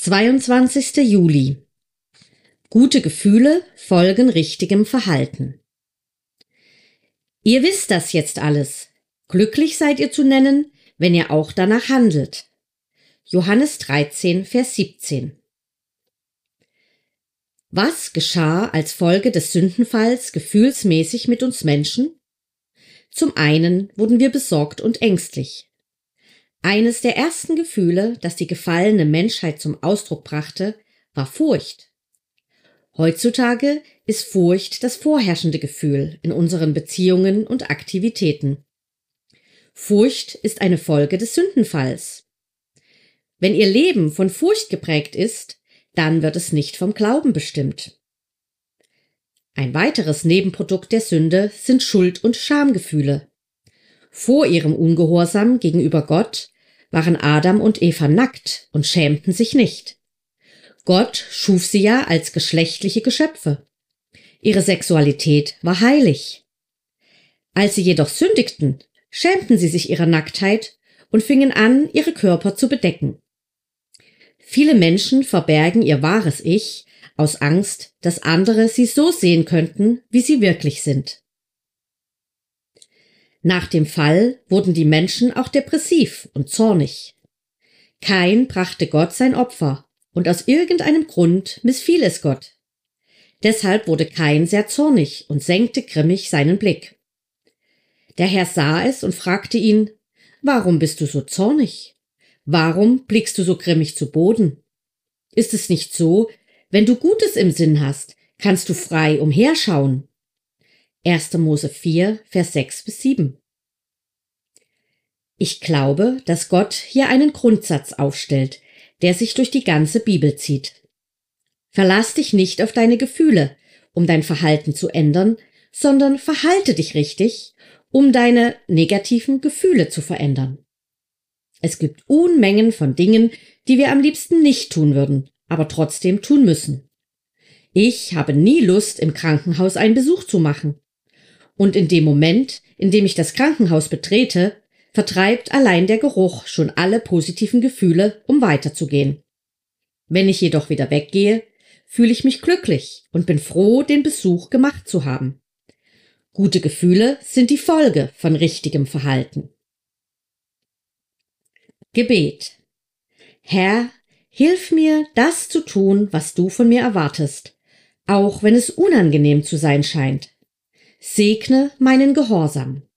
22. Juli. Gute Gefühle folgen richtigem Verhalten. Ihr wisst das jetzt alles. Glücklich seid ihr zu nennen, wenn ihr auch danach handelt. Johannes 13, Vers 17. Was geschah als Folge des Sündenfalls gefühlsmäßig mit uns Menschen? Zum einen wurden wir besorgt und ängstlich. Eines der ersten Gefühle, das die gefallene Menschheit zum Ausdruck brachte, war Furcht. Heutzutage ist Furcht das vorherrschende Gefühl in unseren Beziehungen und Aktivitäten. Furcht ist eine Folge des Sündenfalls. Wenn ihr Leben von Furcht geprägt ist, dann wird es nicht vom Glauben bestimmt. Ein weiteres Nebenprodukt der Sünde sind Schuld- und Schamgefühle. Vor ihrem Ungehorsam gegenüber Gott waren Adam und Eva nackt und schämten sich nicht. Gott schuf sie ja als geschlechtliche Geschöpfe. Ihre Sexualität war heilig. Als sie jedoch sündigten, schämten sie sich ihrer Nacktheit und fingen an, ihre Körper zu bedecken. Viele Menschen verbergen ihr wahres Ich aus Angst, dass andere sie so sehen könnten, wie sie wirklich sind. Nach dem Fall wurden die Menschen auch depressiv und zornig. Kain brachte Gott sein Opfer, und aus irgendeinem Grund missfiel es Gott. Deshalb wurde Kain sehr zornig und senkte grimmig seinen Blick. Der Herr sah es und fragte ihn: Warum bist du so zornig? Warum blickst du so grimmig zu Boden? Ist es nicht so, wenn du Gutes im Sinn hast, kannst du frei umherschauen? 1. Mose 4, Vers 6-7. Ich glaube, dass Gott hier einen Grundsatz aufstellt, der sich durch die ganze Bibel zieht. Verlass dich nicht auf deine Gefühle, um dein Verhalten zu ändern, sondern verhalte dich richtig, um deine negativen Gefühle zu verändern. Es gibt Unmengen von Dingen, die wir am liebsten nicht tun würden, aber trotzdem tun müssen. Ich habe nie Lust, im Krankenhaus einen Besuch zu machen. Und in dem Moment, in dem ich das Krankenhaus betrete, vertreibt allein der Geruch schon alle positiven Gefühle, um weiterzugehen. Wenn ich jedoch wieder weggehe, fühle ich mich glücklich und bin froh, den Besuch gemacht zu haben. Gute Gefühle sind die Folge von richtigem Verhalten. Gebet. Herr, hilf mir, das zu tun, was du von mir erwartest, auch wenn es unangenehm zu sein scheint. Segne meinen Gehorsam.